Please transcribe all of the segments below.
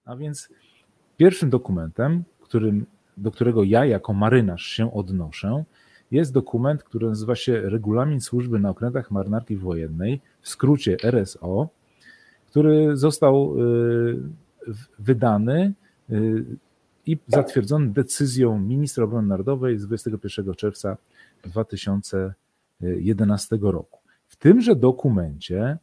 A więc pierwszym dokumentem, do którego ja jako marynarz się odnoszę, jest dokument, który nazywa się Regulamin Służby na Okrętach Marynarki Wojennej, w skrócie RSO, który został wydany i zatwierdzony decyzją ministra obrony narodowej z 21 czerwca 2011 roku. W tymże dokumencie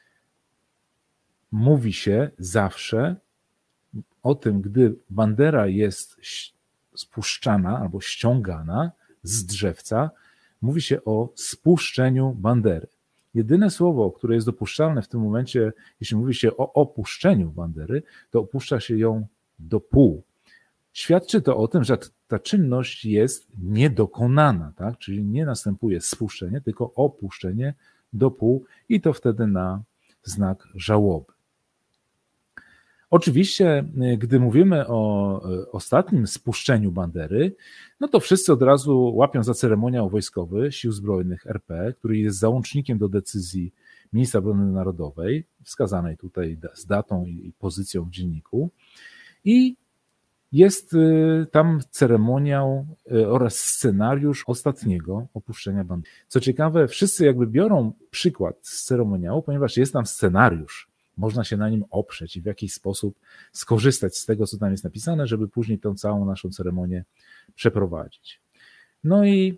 mówi się zawsze o tym, gdy bandera jest spuszczana albo ściągana z drzewca, mówi się o spuszczeniu bandery. Jedyne słowo, które jest dopuszczalne w tym momencie, jeśli mówi się o opuszczeniu bandery, to opuszcza się ją do pół. Świadczy to o tym, że ta czynność jest niedokonana, tak? Czyli nie następuje spuszczenie, tylko opuszczenie do pół i to wtedy na znak żałoby. Oczywiście, gdy mówimy o ostatnim spuszczeniu bandery, no to wszyscy od razu łapią za ceremoniał wojskowy Sił Zbrojnych RP, który jest załącznikiem do decyzji Ministra Obrony Narodowej, wskazanej tutaj z datą i pozycją w dzienniku. I jest tam ceremoniał oraz scenariusz ostatniego opuszczenia bandery. Co ciekawe, wszyscy jakby biorą przykład z ceremoniału, ponieważ jest tam scenariusz. Można się na nim oprzeć i w jakiś sposób skorzystać z tego, co tam jest napisane, żeby później tę całą naszą ceremonię przeprowadzić. No i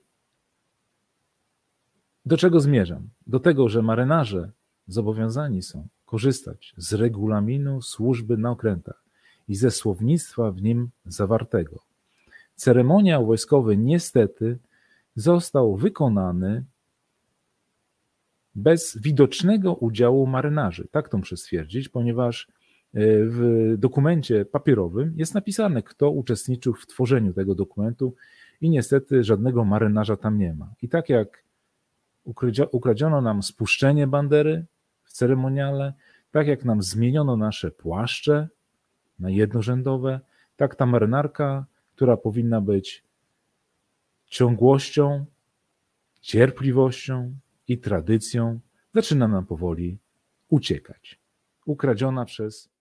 do czego zmierzam? Do tego, że marynarze zobowiązani są korzystać z regulaminu służby na okrętach i ze słownictwa w nim zawartego. Ceremoniał wojskowy niestety został wykonany bez widocznego udziału marynarzy. Tak to muszę stwierdzić, ponieważ w dokumencie papierowym jest napisane, kto uczestniczył w tworzeniu tego dokumentu i niestety żadnego marynarza tam nie ma. I tak jak ukradziono nam spuszczenie bandery w ceremoniale, tak jak nam zmieniono nasze płaszcze na jednorzędowe, tak ta marynarka, która powinna być ciągłością, cierpliwością i tradycją, zaczyna nam powoli uciekać. Ukradziona przez